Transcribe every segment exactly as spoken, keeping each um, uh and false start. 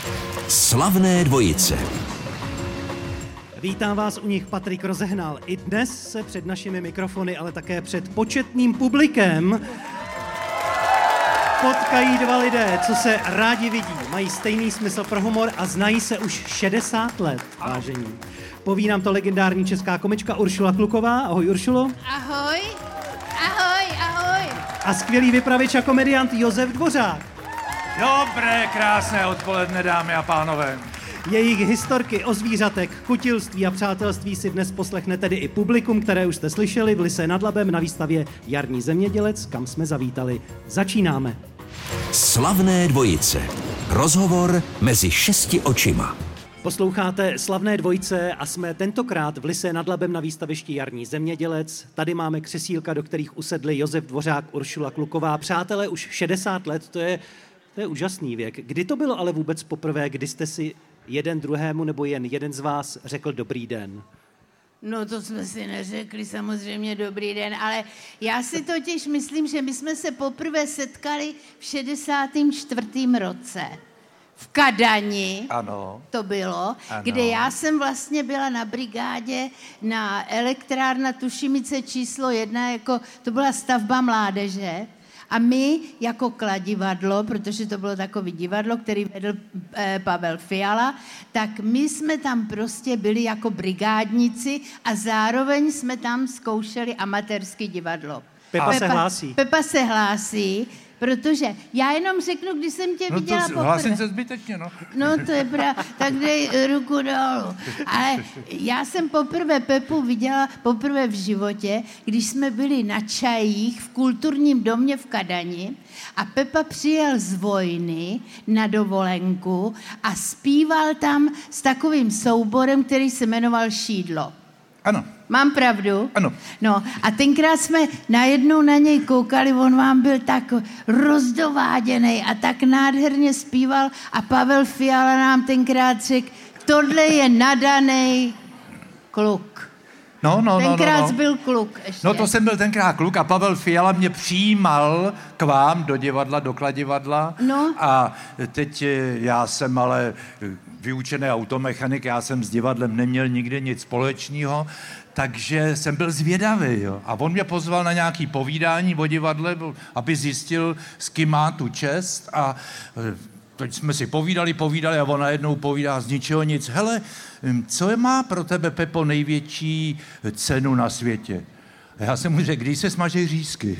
Slavné dvojice. Vítám vás u nich Patrik Rozehnal. I dnes se před našimi mikrofony, ale také před početným publikem potkají dva lidé, co se rádi vidí, mají stejný smysl pro humor a znají se už šedesát let, vážení. Poví nám to legendární česká komička Uršula Kluková. Ahoj, Uršulo. Ahoj, ahoj, ahoj. A skvělý vypravěč a komediant Josef Dvořák. Dobré, krásné odpoledne, dámy a pánové. Jejich historky o zvířatek, kutilství a přátelství si dnes poslechne tedy i publikum, které už jste slyšeli v Lysé nad Labem na výstavě Jarní zemědělec, kam jsme zavítali. Začínáme. Slavné dvojice. Rozhovor mezi šesti očima. Posloucháte Slavné dvojice a jsme tentokrát v Lysé nad Labem na výstavišti Jarní zemědělec. Tady máme křesílka, do kterých usedli Josef Dvořák, Uršula Kluková. Přátelé už šedesát let, to je, to je úžasný věk. Kdy to bylo ale vůbec poprvé, kdy jste si jeden druhému nebo jen jeden z vás řekl dobrý den? No to jsme si neřekli samozřejmě dobrý den, ale já si totiž myslím, že my jsme se poprvé setkali v šedesátém čtvrtém roce. V Kadani, ano. To bylo, Ano. kde já jsem vlastně byla na brigádě na elektrárna Tušimice číslo jedna, jako to byla stavba mládeže. A my jako Kladivadlo, protože to bylo takový divadlo, který vedl e, Pavel Fiala, tak my jsme tam prostě byli jako brigádníci a zároveň jsme tam zkoušeli amatérský divadlo. Pepa, Pepa se hlásí. Pepa se hlásí, protože já jenom řeknu, když jsem tě No viděla to poprvé. hlásím se zbytečně, no. No to je pravda, tak dej ruku dolů. Ale já jsem poprvé Pepu viděla poprvé v životě, když jsme byli na čajích v kulturním domě v Kadani a Pepa přijel z vojny na dovolenku a zpíval tam s takovým souborem, který se jmenoval Šídlo. Ano. Mám pravdu? Ano. No a tenkrát jsme najednou na něj koukali, on vám byl tak rozdováděnej a tak nádherně zpíval a Pavel Fiala nám tenkrát řekl, tohle je nadanej kluk. No, no, tenkrát no, no, no. byl kluk ještě. No to jsem byl tenkrát kluk a Pavel Fiala mě přijímal k vám do divadla, do Kladivadla. No. A teď já jsem ale vyučený automechanik, já jsem s divadlem neměl nikdy nic společného, takže jsem byl zvědavý. Jo. A on mě pozval na nějaké povídání o divadle, aby zjistil, s kým má tu čest. A teď jsme si povídali, povídali a on najednou povídá z ničeho nic. Hele, co má pro tebe, Pepo, největší cenu na světě? A já jsem mu řekl, když se smaží řízky.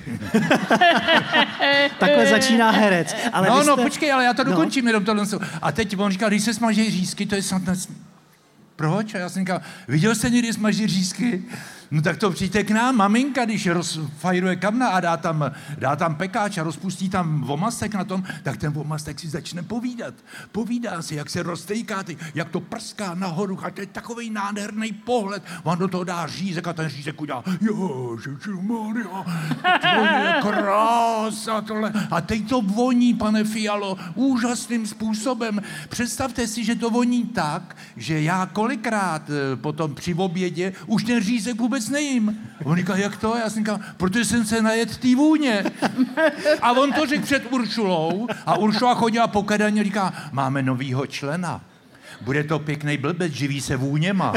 Takhle začíná herec. Ale no, jste... no, počkej, ale já to no. dokončím jenom tohle. A teď on říkal, když se smaží řízky, to je snad... Proč? A já jsem říkal, viděl jste někdy smaží řízky? No tak to přijďte k nám, maminka, když rozfajruje kamna a dá tam, dá tam pekáč a rozpustí tam vomastek na tom, tak ten vomastek si začne povídat. Povídá si, jak se roztejká, jak to prská nahoru a to je takovej nádherný pohled. On do toho dá řízek a ten řízek udělá, jo, Ježišmarja, to je krása tohle. A teď to voní, pane Fialo, úžasným způsobem. Představte si, že to voní tak, že já kolikrát potom při obědě už ten řízek vůbec nejím. On říká, jak to? Já jsem říkal, protože jsem se najet té vůně. A on to řekl před Uršulou a Uršula chodila po Kadaně a říká, máme novýho člena. Bude to pěkný blbec, živí se vůněma.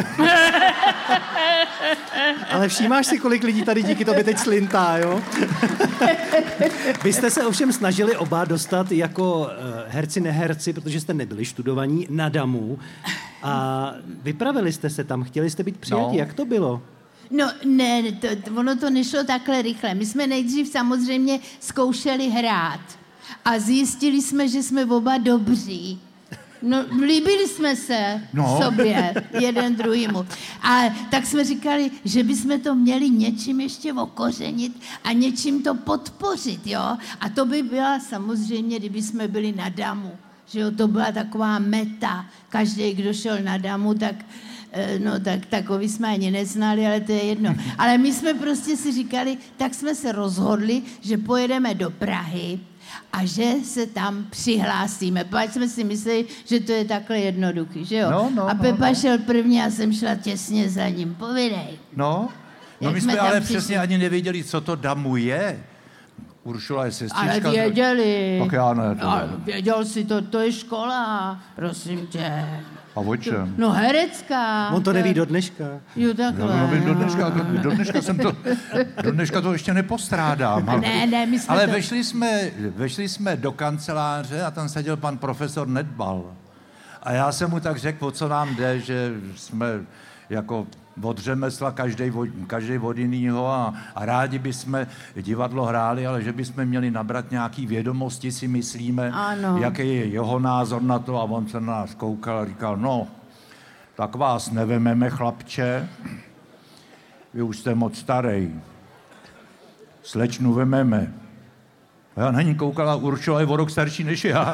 Ale všímáš si, kolik lidí tady díky tobě teď slintá, jo? Vy jste se ovšem snažili oba dostat jako herci neherci, protože jste nebyli študovaní, na Damu. A vypravili jste se tam, chtěli jste být přijatí. No. Jak to bylo? No ne, to, ono to nešlo takhle rychle. My jsme nejdřív samozřejmě zkoušeli hrát a zjistili jsme, že jsme oba dobří. No, líbili jsme se no. sobě, jeden druhýmu. A tak jsme říkali, že bychom to měli něčím ještě okořenit a něčím to podpořit, jo. A to by byla samozřejmě, kdyby jsme byli na Damu, že jo, to byla taková meta. Každý, kdo šel na Damu, tak no tak takový jsme ani neznali, ale to je jedno. Ale my jsme prostě si říkali, tak jsme se rozhodli, že pojedeme do Prahy a že se tam přihlásíme. Pak jsme si mysleli, že to je takhle jednoduchý, že jo? No, no, a Pepa no, no. šel první a jsem šla těsně za ním. Povídej. No, no Jak my jsme jsme tam ale přišli? přesně ani nevěděli, co to Damu je. Uršula je sestřička. Ale věděli. Tak já ne. To Ale věděl si to, to je škola, prosím tě. A o čem? No herecká. On to neví do dneška. Jo, takhle. Já nevím, do dneška, do dneška jsem to, do dneška to ještě nepostrádám. Ale, Ne, ne, my jsme ale to... vešli, jsme, vešli jsme do kanceláře a tam seděl pan profesor Nedbal. A já jsem mu tak řekl, o co nám jde, že jsme jako od řemesla každej, každej od jinýho a, a rádi bychom divadlo hráli, ale že bychom měli nabrat nějaký vědomosti, si myslíme, Ano. jaký je jeho názor na to. A on se na nás koukal a říkal, no, tak vás nevememe, chlapče, vy už jste moc starej. Slečnu vememe. A já na ní koukala, Uršula je o rok starší než já.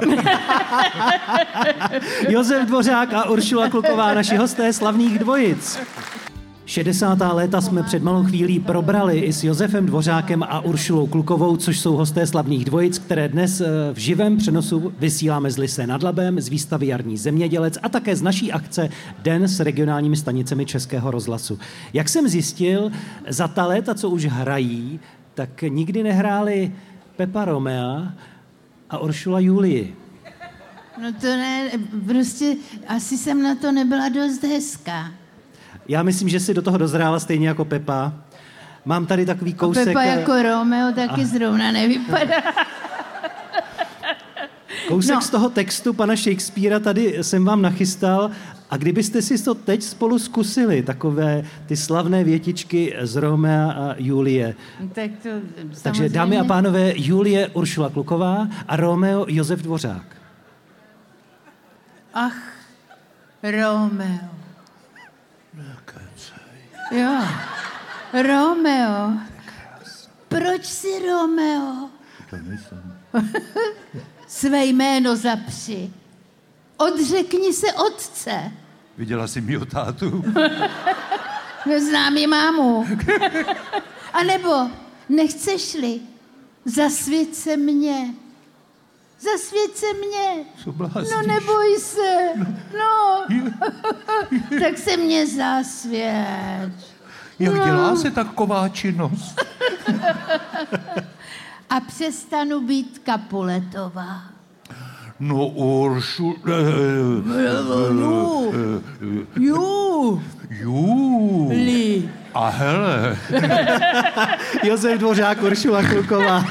Josef Dvořák a Uršula Kluková, naši hosté Slavných dvojic. šedesátá léta jsme před malou chvílí probrali i s Josefem Dvořákem a Uršulou Klukovou, což jsou hosté Slavných dvojic, které dnes v živém přenosu vysíláme z Lysé nad Labem, z výstavy Jarní zemědělec a také z naší akce Den s regionálními stanicemi Českého rozhlasu. Jak jsem zjistil, za ta léta, co už hrají, tak nikdy nehráli Pepa Romea a Uršula Julii. No to ne, prostě asi jsem na to nebyla dost hezká. Já myslím, že si do toho dozrála stejně jako Pepa. Mám tady takový kousek... Pepa jako Romeo taky a... zrovna nevypadá. Kousek No. z toho textu pana Shakespearea tady jsem vám nachystal a kdybyste si to teď spolu zkusili, takové ty slavné větičky z Romea a Julie. Tak to Takže samozřejmě... dámy a pánové, Julie Uršula Kluková a Romeo Josef Dvořák. Ach, Romeo. Jo, Romeo. Proč jsi Romeo? Své jméno zapři. Odřekni se otce. Viděla jsi mýho tátu? Znám ji mámu. A nebo nechceš-li, zasvěť se mně. Zasvěť se mně. No neboj se. No. Tak se mně zasvěť. Jak No. dělá se taková činnost? A přestanu být Kapuletová. No Uršu... Jú. Jú. Jú. Li. A hele. Josef Dvořák, Uršula Kluková.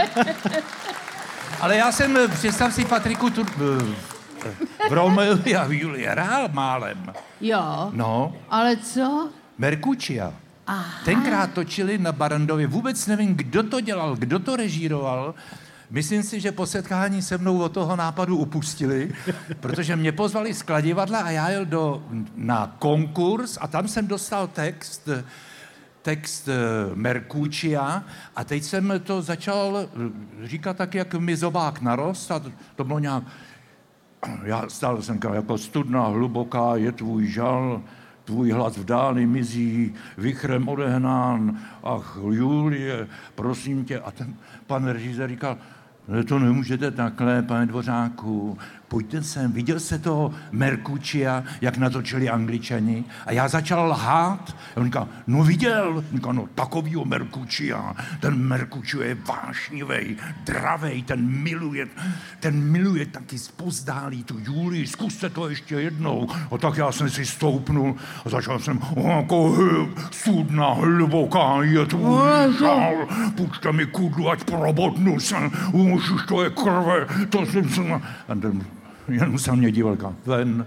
Ale já jsem, představ si, Patriku, tu, v Romeovi a v Julii hrál málem. Jo. No, Ale co? Mercuccia. Aha. Tenkrát točili na Barandově. Vůbec nevím, kdo to dělal, kdo to režíroval. Myslím si, že po setkání se mnou od toho nápadu upustili, protože mě pozvali z Kladivadla a já jel do, na konkurs a tam jsem dostal text, text Mercuccia a teď jsem to začal říkat tak, jak mi zobák narost a to bylo nějak... Já stále jsem říkal, jako studna hluboká je tvůj žal, tvůj hlas v dáli mizí, vichrem odehnán, ach, Julie, prosím tě. A ten pan režisér říkal, ne, to nemůžete takhle, pane Dvořáku, pojďte sem, viděl jste toho Mercuccia, jak natočili Angličani? A já začal lhát. A on říkal, no viděl. On říkal, no takovýho Mercuccia, ten Mercuccio je vášnivej, dravej, ten miluje, ten miluje taky zpozdálí tu Julii, zkuste to ještě jednou. A tak já jsem si stoupnul a začal jsem, jako studna hluboká je tvůj žal, puďte mi kudlu, ať probodnu se, už to je krve, to jsem se... A ten, jenom se mě díval, ven.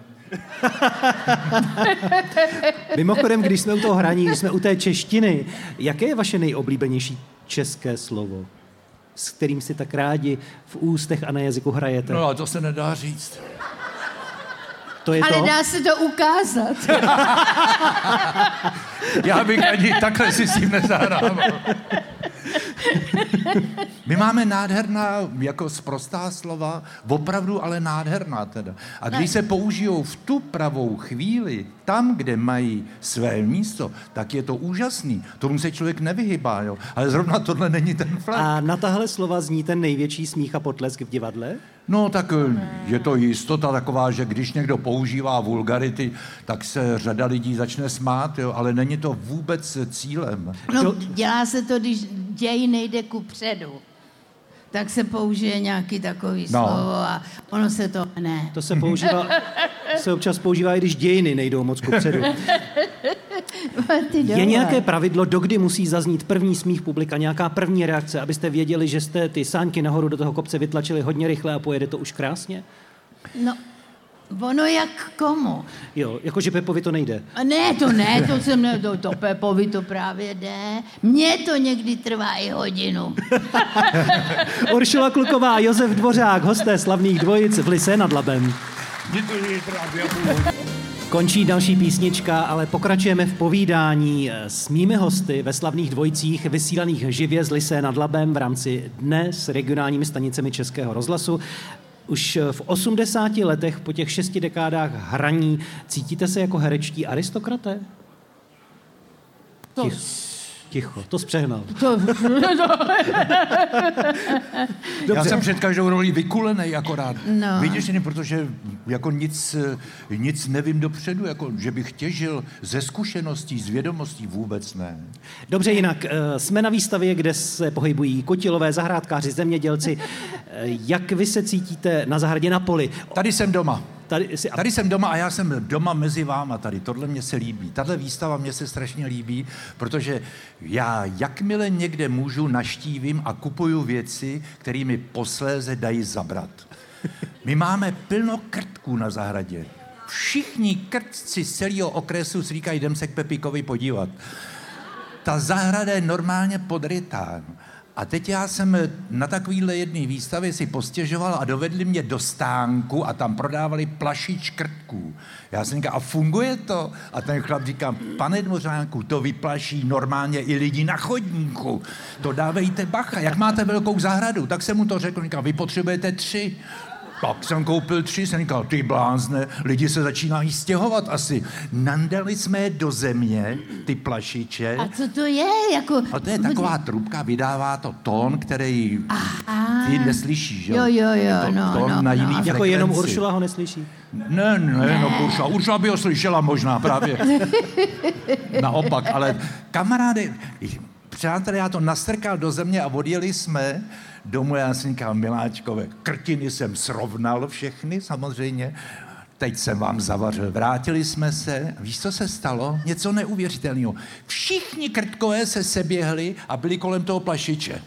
Mimochodem, když jsme u toho hraní, když jsme u té češtiny, jaké je vaše nejoblíbenější české slovo, s kterým si tak rádi v ústech a na jazyku hrajete? No a to se nedá říct. To je Ale to? dá se to ukázat. Já bych ani takhle si s tím nezahrával. My máme nádherná, jako sprostá slova, opravdu ale nádherná teda. A když se použijou v tu pravou chvíli, tam, kde mají své místo, tak je to úžasný. Tomu se člověk nevyhybá, jo. Ale zrovna tohle není ten fakt. A na tahle slova zní ten největší smích a potlesk v divadle? No, tak je to jistota taková, že když někdo používá vulgarity, tak se řada lidí začne smát, jo, ale není to vůbec cílem. No, dělá se to, když děj nejde ku předu. tak se použije nějaký takový No. slovo a ono se to ne. To se používá, se občas používá, i když dějiny nejdou moc kupředu. Je nějaké pravidlo, dokdy musí zaznít první smích publika, nějaká první reakce, abyste věděli, že jste ty sáňky nahoru do toho kopce vytlačili hodně rychle a pojede to už krásně? No, ono jak komu. Jo, jakože Pepovi to nejde. A ne, to ne, to jsem ne, to, to Pepovi to právě jde. Mně to někdy trvá i hodinu. Uršula Kluková, Josef Dvořák, hosté slavných dvojic v Lysé nad Labem. Končí další písnička, ale pokračujeme v povídání s mými hosty ve slavných dvojicích vysílaných živě z Lysé nad Labem v rámci Dne s regionálními stanicemi Českého rozhlasu. Už v osmdesáti letech po těch šesti dekádách hraní cítíte se jako herečtí aristokraté? To... Ticho, ticho, to zpřehnal. To... Já jsem před každou roli vykulenej akorát. No. Vyděšený, protože jako nic, nic nevím dopředu, jako že bych těžil ze zkušeností, z vědomostí, vůbec ne. Dobře, jinak jsme na výstavě, kde se pohybují kotilové, zahrádkáři, zemědělci. Jak vy se cítíte na zahradě na poli? Tady jsem doma. Tady, si... Tady jsem doma a já jsem doma mezi váma tady. Tohle mě se líbí. Tahle výstava mě se strašně líbí, protože já jakmile někde můžu, naštívím a kupuju věci, které mi posléze dají zabrat. My máme plno krtků na zahradě. Všichni krtci z celého okresu si říkají, jdem se k Pepíkovi podívat. Ta zahrada je normálně podrytá. A teď já jsem na takovýhle jedné výstavě si postěžoval a dovedli mě do stánku a tam prodávali plašič krtků. Já jsem říkal, a funguje to? A ten chlap říká, pane Dvořáku, to vyplaší normálně i lidi na chodníku. To dávejte bacha, jak máte velkou zahradu? Tak jsem mu to řekl, říkal, vy potřebujete tři. Tak jsem koupil tři, jsem říkal, ty blázne, lidi se začínají stěhovat asi. Nandali jsme je do země, ty plašiče. A co to je? Jako... A to je taková trubka, vydává to tón, který Aha. ty neslyšíš, jo? Jo, jo, jo, to, no, tón no, na jiný no. frekvenci. Jako jenom Uršula ho neslyší? Ne, ne, ne. no Uršula. Uršula by ho slyšela možná právě. Naopak, ale kamarády, přátelé, já to nastrkal do země a odjeli jsme domů, já jsem říkal, miláčkové, krtiny jsem srovnal všechny, samozřejmě. Teď jsem vám zavařil. Vrátili jsme se. Víš, co se stalo? Něco neuvěřitelného. Všichni krtkové se seběhli a byli kolem toho plašiče.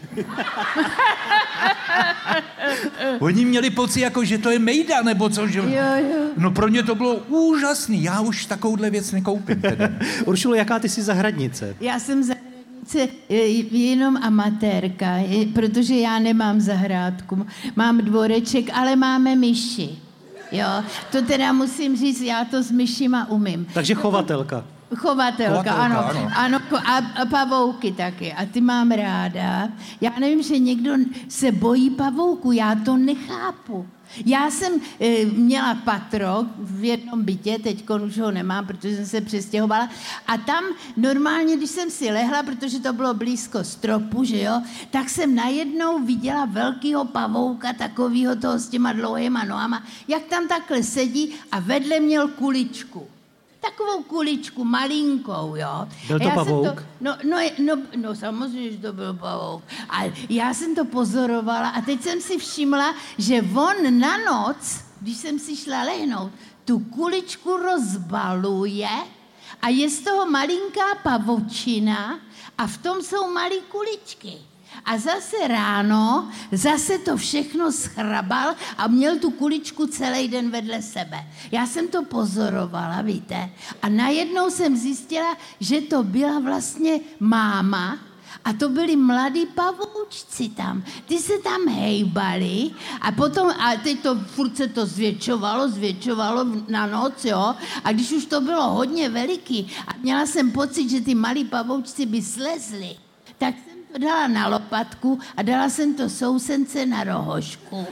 Oni měli pocit, jako, že to je mejda, nebo co? Že... Jo, jo. No pro ně to bylo úžasný. Já už takovouhle věc nekoupím. Teda. Uršulo, jaká ty jsi zahradnice? Já jsem zahradnice jenom amatérka, protože já nemám zahrádku. Mám dvoreček, ale máme myši. Jo, to teda musím říct, já to s myšima umím. Takže chovatelka. Chovatelka, Chovatelka, ano. ano. ano a, a pavouky taky. A ty mám ráda. Já nevím, že někdo se bojí pavouku, já to nechápu. Já jsem e, měla patro v jednom bytě, teď už ho nemám, protože jsem se přestěhovala. A tam normálně, když jsem si lehla, protože to bylo blízko stropu, že jo, tak jsem najednou viděla velkýho pavouka, takovýho toho s těma dlouhýma nohama, jak tam takhle sedí a vedle měl kuličku. Takovou kuličku, malinkou, jo. Byl to já pavouk? To, no, no, no, no, samozřejmě, že to byl pavouk. A já jsem to pozorovala a teď jsem si všimla, že on na noc, když jsem si šla lehnout, tu kuličku rozbaluje a je z toho malinká pavočina a v tom jsou malé kuličky. A zase ráno, zase to všechno schrabal a měl tu kuličku celý den vedle sebe. Já jsem to pozorovala, víte, a najednou jsem zjistila, že to byla vlastně máma a to byli mladí pavoučci tam. Ty se tam hejbali a potom, a teď to furt se to zvětšovalo, zvětšovalo na noc, jo, a když už to bylo hodně veliký a měla jsem pocit, že ty malí pavoučci by slezli, tak jsem to dala na lopatku a dala jsem to sousence na rohošku.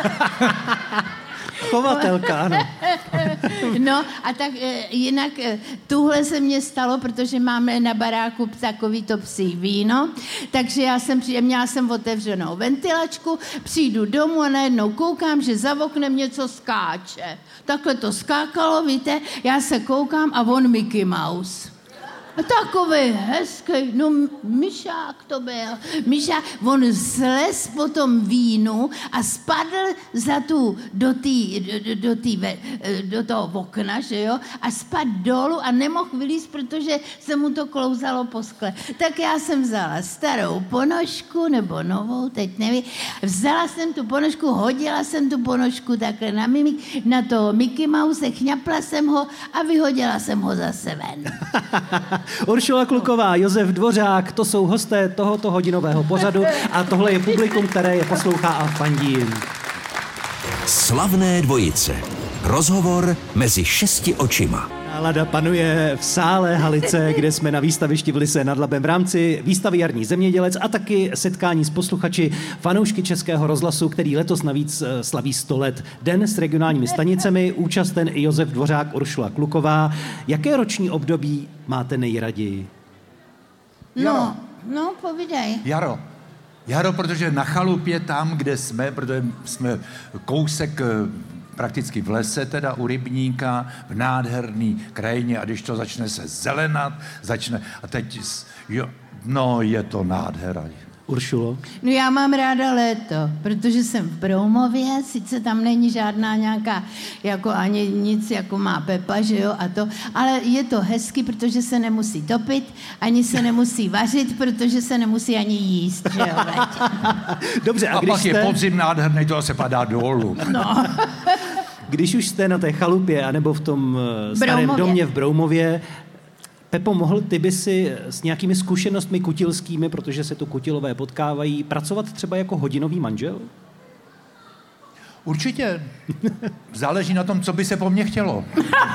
Chovatelka, ano. No a tak e, jinak e, tuhle se mně stalo, protože máme na baráku takový to psí víno, takže já jsem, měla jsem otevřenou ventilačku, přijdu domů a najednou koukám, že za oknem něco skáče. Takhle to skákalo, víte, já se koukám a on Mickey Mouse. Takový hezký, no myšák to byl. Myšák, on slez po tom vínu a spadl za tu, do, tý, do, do, tý, do toho okna, že jo, a spadl dolů a nemohl vylízt, protože se mu to klouzalo po skle. Tak já jsem vzala starou ponožku, nebo novou, teď nevím, vzala jsem tu ponožku, hodila jsem tu ponožku takhle na, mimik, na to Mickey Mouse, chňapla jsem ho a vyhodila jsem ho zase ven. Uršula Kluková, Josef Dvořák, to jsou hosté tohoto hodinového pořadu a tohle je publikum, které je poslouchá a fandí. Slavné dvojice. Rozhovor mezi šesti očima. Nálada panuje v sále Halice, kde jsme na výstavišti v Lysé nad Labem v rámci výstavy Jarní zemědělec a taky setkání s posluchači fanoušky Českého rozhlasu, který letos navíc slaví sto let. Den s regionálními stanicemi, účasten i Josef Dvořák, Uršula Kluková. Jaké roční období máte nejraději? No, no, povídej. Jaro. Jaro, protože na chalupě tam, kde jsme, protože jsme kousek prakticky v lese, teda u rybníka, v nádherný krajině a když to začne se zelenat, začne a teď, jo, no je to nádhera. Uršulo? No já mám ráda léto, protože jsem v Broumově, sice tam není žádná nějaká, jako ani nic, jako má Pepa, že jo, a to, ale je to hezky, protože se nemusí topit, ani se nemusí vařit, protože se nemusí ani jíst, že jo, Dobře, a, a když pak jste... je podzim nádherný, to se padá dolů. No. Když už jste na té chalupě, anebo v tom starém Broumově. domě v Broumově, Pepo, mohl ty by si s nějakými zkušenostmi kutilskými, protože se tu kutilové potkávají, pracovat třeba jako hodinový manžel? Určitě. Záleží na tom, co by se po mně chtělo.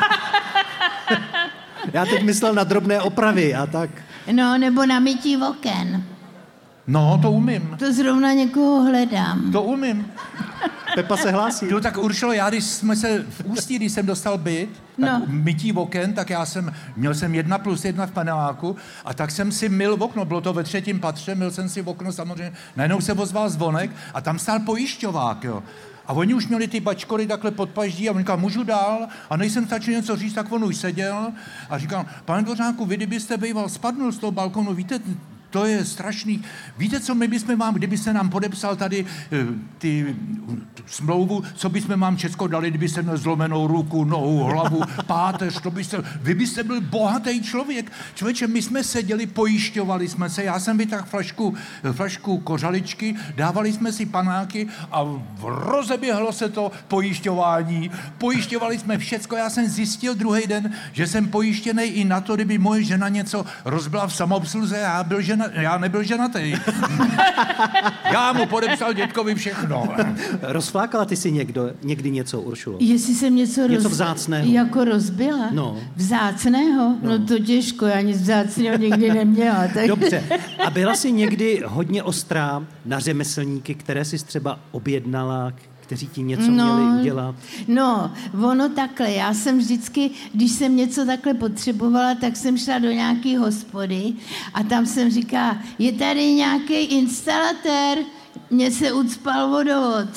Já teď myslel na drobné opravy a tak. No, nebo na mytí oken. No, to umím. To zrovna někoho hledám. To umím. Pepa se hlásí. Jo, tak Uršulo, já když jsme se v Ústí, když jsem dostal byt, tak No. mytí oken, tak já jsem, měl jsem jedna plus jedna v paneláku a tak jsem si myl okno, bylo to ve třetím patře, myl jsem si okno samozřejmě, najednou se ozval zvonek a tam stál pojišťovák, jo. A oni už měli ty bačkory takhle pod paždí a on říkal, můžu dál? A než jsem stačil něco říct, tak on už seděl a říkal, pane Dvořáku, vy kdybyste býval spadnul z toho balkonu, víte, to je strašný. Víte, co my bychom vám, kdybyste nám podepsal tady ty smlouvu, co bychom vám Česko dali, kdybyste měl zlomenou ruku, nohu, hlavu, páteř, to byste, vy byste byl bohatý člověk. Člověče, my jsme seděli, pojišťovali jsme se, já jsem vytáhl flašku, flašku kořaličky, dávali jsme si panáky a rozeběhlo se to pojišťování. Pojišťovali jsme všecko, já jsem zjistil druhý den, že jsem pojištěný i na to, kdyby moje žena něco rozbila v samoobsluze, já byl žena, já nebyl ženatý. Já mu podepsal dětkovi všechno. Rozflákala ty si někdo, někdy něco, Uršulo? Jestli jsem něco, Něco roz... vzácného. Jako rozbila? No. Vzácného? No. no to těžko, já nic vzácného nikdy neměla. Tak... Dobře. A byla jsi někdy hodně ostrá na řemeslníky, které jsi třeba objednala, kteří ti něco no, měli udělat? No, ono takhle. Já jsem vždycky, když jsem něco takhle potřebovala, tak jsem šla do nějaký hospody a tam jsem říkala, je tady nějaký instalatér, mně se ucpal vodovod.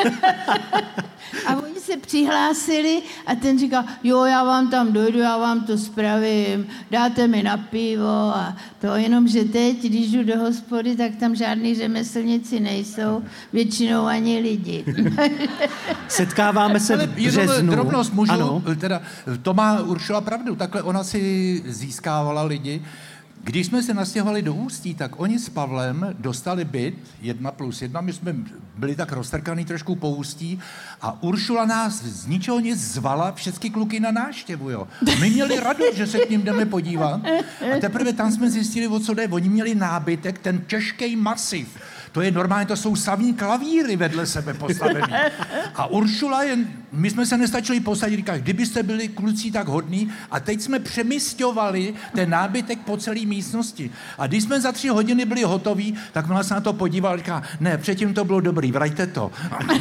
A oni se přihlásili a ten říkal, jo, já vám tam dojdu, já vám to spravím, dáte mi na pivo a to jenom, že teď, když jdu do hospody, tak tam žádný řemeslníci nejsou, většinou ani lidi. Setkáváme se v březnu. Drobnost můžu, Ano. teda, to má Uršula pravdu, takhle ona si získávala lidi. Když jsme se nastěhovali do Ústí, tak oni s Pavlem dostali byt, jedna plus jedna, my jsme byli tak roztrkaný trošku po Ústí a Uršula nás z ničeho nic zvala všechny kluky na návštěvu, jo. A my měli radost, že se k ním jdeme podívat a teprve tam jsme zjistili, o co jde. Oni měli nábytek, ten těžký masiv. To je normálně, to jsou savní klavíry vedle sebe postavený. A Uršula jen, my jsme se nestačili posadit, říká, kdybyste byli kluci tak hodní a teď jsme přemysťovali ten nábytek po celé místnosti. A když jsme za tři hodiny byli hotoví, tak ona se na to podívala a říká, ne, předtím to bylo dobrý, vraťte to.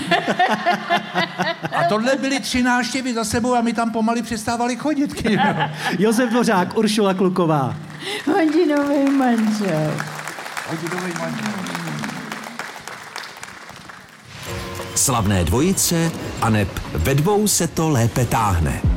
A tohle byly tři návštěvy za sebou a my tam pomalu přestávali chodit. Josef Dvořák, Uršula Kluková. Hodinový manžel. Hodinový manžel. Slavné dvojice, aneb ve dvou se to lépe táhne.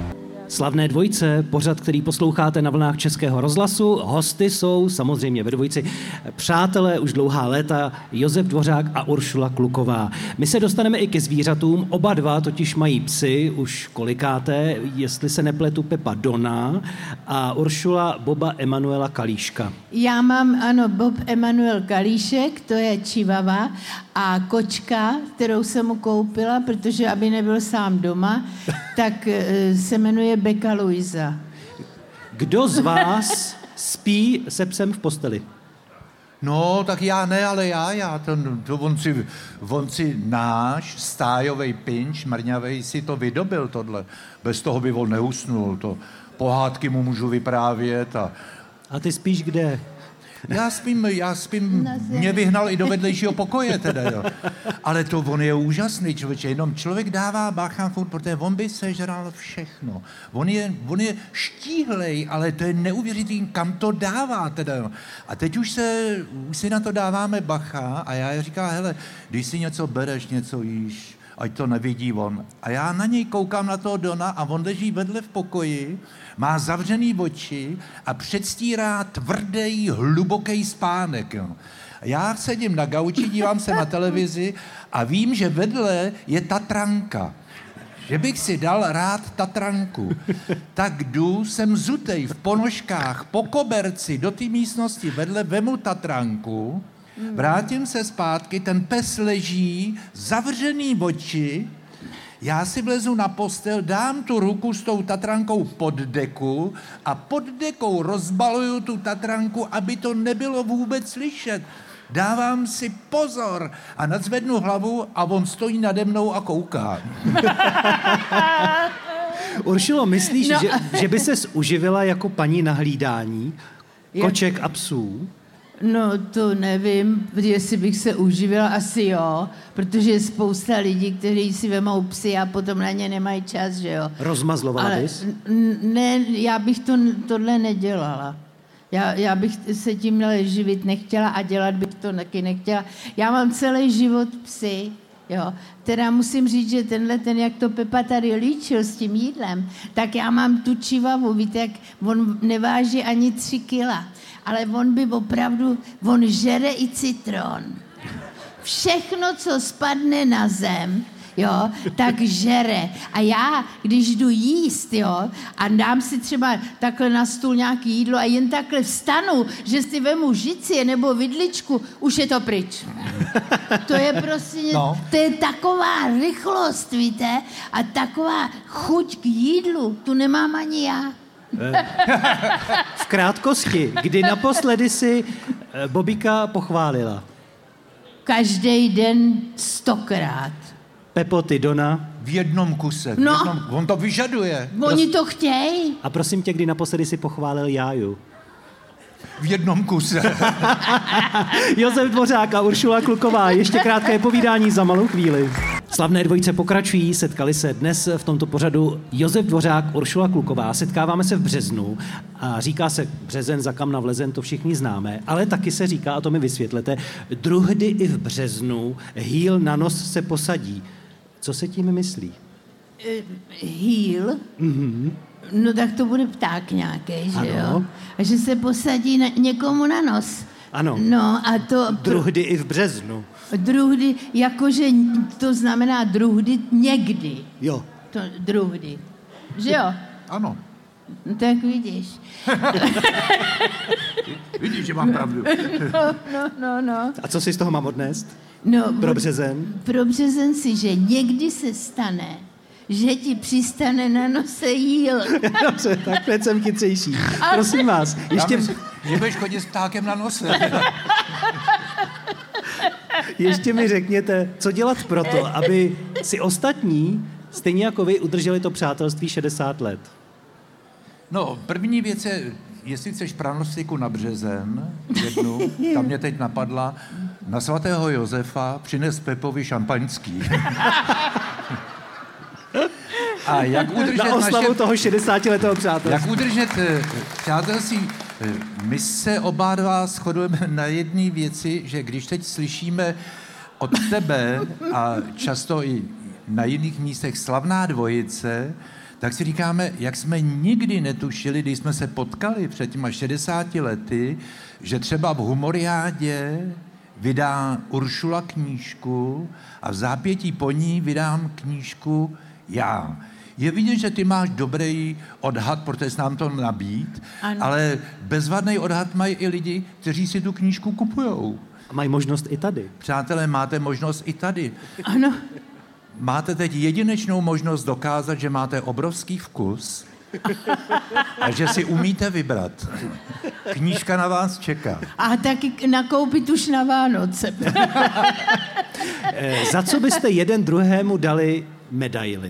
Slavné dvojice, pořad, který posloucháte na vlnách Českého rozhlasu. Hosty jsou samozřejmě ve dvojici přátelé už dlouhá léta Josef Dvořák a Uršula Kluková. My se dostaneme i ke zvířatům. Oba dva totiž mají psy, už kolikáté, jestli se nepletu Pepa Dona a Uršula Boba Emanuela Kalíška. Já mám, ano, Bob Emanuel Kalíšek, to je čivava, a kočka, kterou jsem mu koupila, protože aby nebyl sám doma, tak e, se jmenuje Beka Luisa. Kdo z vás spí se psem v posteli? No, tak já ne, ale já, já, to, to on, si, on si náš stájovej pinč, mrňavej, si to vydobil tohle. Bez toho by on neusnul, to pohádky mu můžu vyprávět a... A ty spíš kde? Já spím, já spím, mě vyhnal i do vedlejšího pokoje teda, jo. Ale to on je úžasný člověče, jenom člověk dává bacha furt, protože on by sežral všechno. On je, on je štíhlej, ale to je neuvěřitelný, kam to dává teda, jo. A teď už se, už si na to dáváme bacha a já říkám, hele, když si něco bereš, něco jíš, ať to nevidí on. A já na něj koukám na toho Dona a on leží vedle v pokoji, má zavřený oči a předstírá tvrdý, hluboký spánek. Jo. Já sedím na gauči, dívám se na televizi a vím, že vedle je Tatranka. Že bych si dal rád Tatranku. Tak jdu, jsem zutej v ponožkách, po koberci, do té místnosti vedle, vemu Tatranku, vrátím se zpátky, ten pes leží, zavřený oči, já si vlezu na postel, dám tu ruku s tou Tatrankou pod deku a pod dekou rozbaluju tu Tatranku, aby to nebylo vůbec slyšet. Dávám si pozor a nadzvednu hlavu a on stojí nade mnou a kouká. Uršulo, myslíš, No. že, že by ses uživila jako paní na hlídání koček a psů? No, to nevím, jestli bych se uživila, asi jo, protože je spousta lidí, kteří si vemou psy a potom na ně nemají čas, že jo. Rozmazlovala Ale bys? n- ne, já bych to, tohle nedělala. Já, já bych se tím živit nechtěla a dělat bych to taky nechtěla. Já mám celý život psy, jo. Teda musím říct, že tenhle, ten, jak to Pepa tady líčil s tím jídlem, tak já mám tu čivavu, víte, jak on neváží ani tři kila. Ale on by opravdu, on žere i citron. Všechno, co spadne na zem, jo, tak žere. A já, když jdu jíst, jo, a dám si třeba takhle na stůl nějaký jídlo a jen takhle vstanu, že si vemu žici nebo vidličku, už je to pryč. To je prostě, No. to je taková rychlost, víte, a taková chuť k jídlu, tu nemám ani já. V krátkosti, kdy naposledy si eh, Bobíka pochválila? Každý den stokrát. Pepo, ty Dona. V jednom kuse. V No. jednom, on to vyžaduje. Oni to chtějí. A prosím tě, kdy naposledy si pochválil Jáju? V jednom kuse. Josef Dvořák a Uršula Kluková. Ještě krátké povídání za malou chvíli. Slavné dvojice pokračují, setkali se dnes v tomto pořadu Josef Dvořák, Uršula Kluková. Setkáváme se v březnu a říká se březen, za kam navlezen, to všichni známe, ale taky se říká, a to mi vysvětlete, druhdy i v březnu hýl na nos se posadí. Co se tím myslí? Hýl? Mm-hmm. No tak to bude pták nějaký, že Ano. jo? A že se posadí na, někomu na nos. Ano. No a to... Druhdy i v březnu. Druhdy, jakože to znamená druhdy někdy. Jo. To druhdy. Že jo? Ano. No, tak vidíš. Vidíš, že mám pravdu. No, no, no, no. A co si z toho mám odnést? no Pro březen? Pro březen si, že někdy se stane, že ti přistane na nose jíl. Dobře, tak teď jsem chytřejší. Prosím vás, Já ještě, myslím, že budeš chodit s ptákem na nose. ještě mi řekněte, co dělat proto, aby si ostatní, stejně jako vy, udrželi to přátelství šedesát let. No, první věc je, jestli chceš pranostiku na březen, jednu, tam mě teď napadla, na svatého Josefa přines Pepovi šampaňský. A jak udržet Na oslavu naše, toho šedesátiletého přátelství. jak udržet eh, přátelství? Eh, My se oba dva shodujeme na jedné věci, že když teď slyšíme od tebe a často i na jiných místech slavná dvojice, tak si říkáme, jak jsme nikdy netušili, když jsme se potkali před těma šedesáti lety, že třeba v Humoriádě vydá Uršula knížku a v zápětí po ní vydám knížku já. Je vidět, že ty máš dobrý odhad, protože jsi nám to nabít, ano. Ale bezvadný odhad mají i lidi, kteří si tu knížku kupujou. A mají možnost i tady. Přátelé, máte možnost i tady. Ano. Máte teď jedinečnou možnost dokázat, že máte obrovský vkus a že si umíte vybrat. Knížka na vás čeká. A taky nakoupit už na Vánoce. Za co byste jeden druhému dali medaili?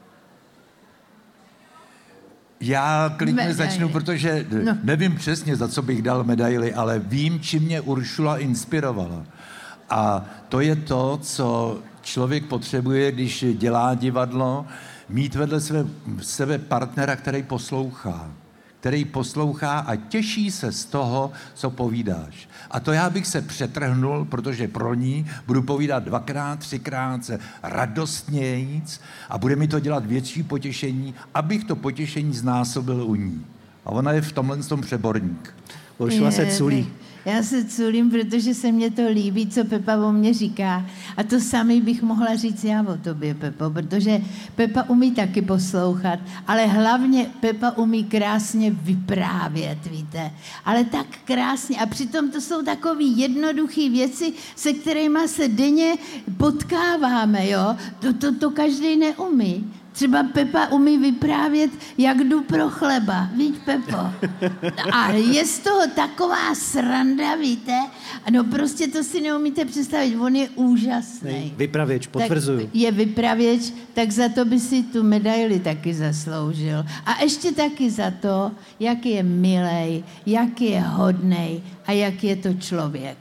Já klidně Medaili. začnu, protože no. nevím přesně, za co bych dal medaili, ale vím, čím mě Uršula inspirovala. A to je to, co člověk potřebuje, když dělá divadlo, mít vedle sebe, sebe partnera, který poslouchá. Který poslouchá a těší se z toho, co povídáš. A to já bych se přetrhnul, protože pro ní budu povídat dvakrát, třikrát se radostnějíc a bude mi to dělat větší potěšení, abych to potěšení znásobil u ní. A ona je v tomhle tom přeborník. Uršula se culí. Já se culím, protože se mně to líbí, co Pepa o mně říká. A to samý bych mohla říct já o tobě, Pepo, protože Pepa umí taky poslouchat, ale hlavně Pepa umí krásně vyprávět, víte. Ale tak krásně. A přitom to jsou takové jednoduché věci, se kterými se denně potkáváme, jo. To, to, to každý neumí. Třeba Pepa umí vyprávět, jak jdu pro chleba. Víš, Pepo? A je z toho taková sranda, víte? No prostě to si neumíte představit. On je úžasný. Vypravěč, potvrzuju. Tak je vypravěč, tak za to by si tu medaili taky zasloužil. A ještě taky za to, jak je milej, jak je hodnej a jak je to člověk.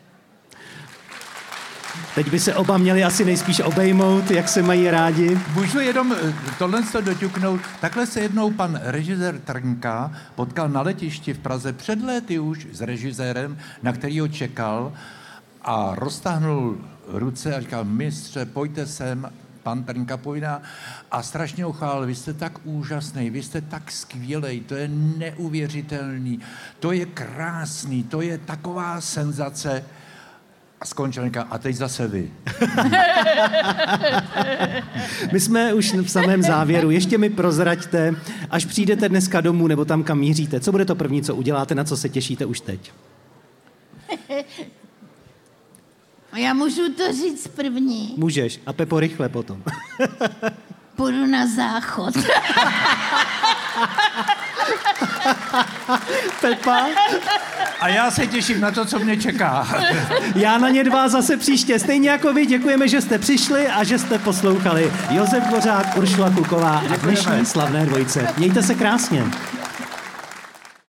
Teď by se oba měli asi nejspíš obejmout, jak se mají rádi. Můžu jenom tohle to doťuknout. Takhle se jednou pan režisér Trnka potkal na letišti v Praze před léty už s režisérem, na kterýho čekal a roztáhnul ruce a říkal, mistře, pojďte sem, pan Trnka povídá a strašně ho chválil, vy jste tak úžasný, vy jste tak skvělej, to je neuvěřitelný, to je krásný, to je taková senzace. A skončil říká, a teď zase vy. My jsme už v samém závěru. Ještě mi prozraďte, až přijdete dneska domů nebo tam, kam míříte, co bude to první, co uděláte, na co se těšíte už teď? Já můžu to říct první. Můžeš. A Pepo, rychle potom. Půjdu na záchod. Pepa? A já se těším na to, co mě čeká. Já na ně dva zase příště. Stejně jako vy, děkujeme, že jste přišli a že jste poslouchali. Josef Dvořák, Uršula Kluková a dnešní slavné dvojice. Mějte se krásně.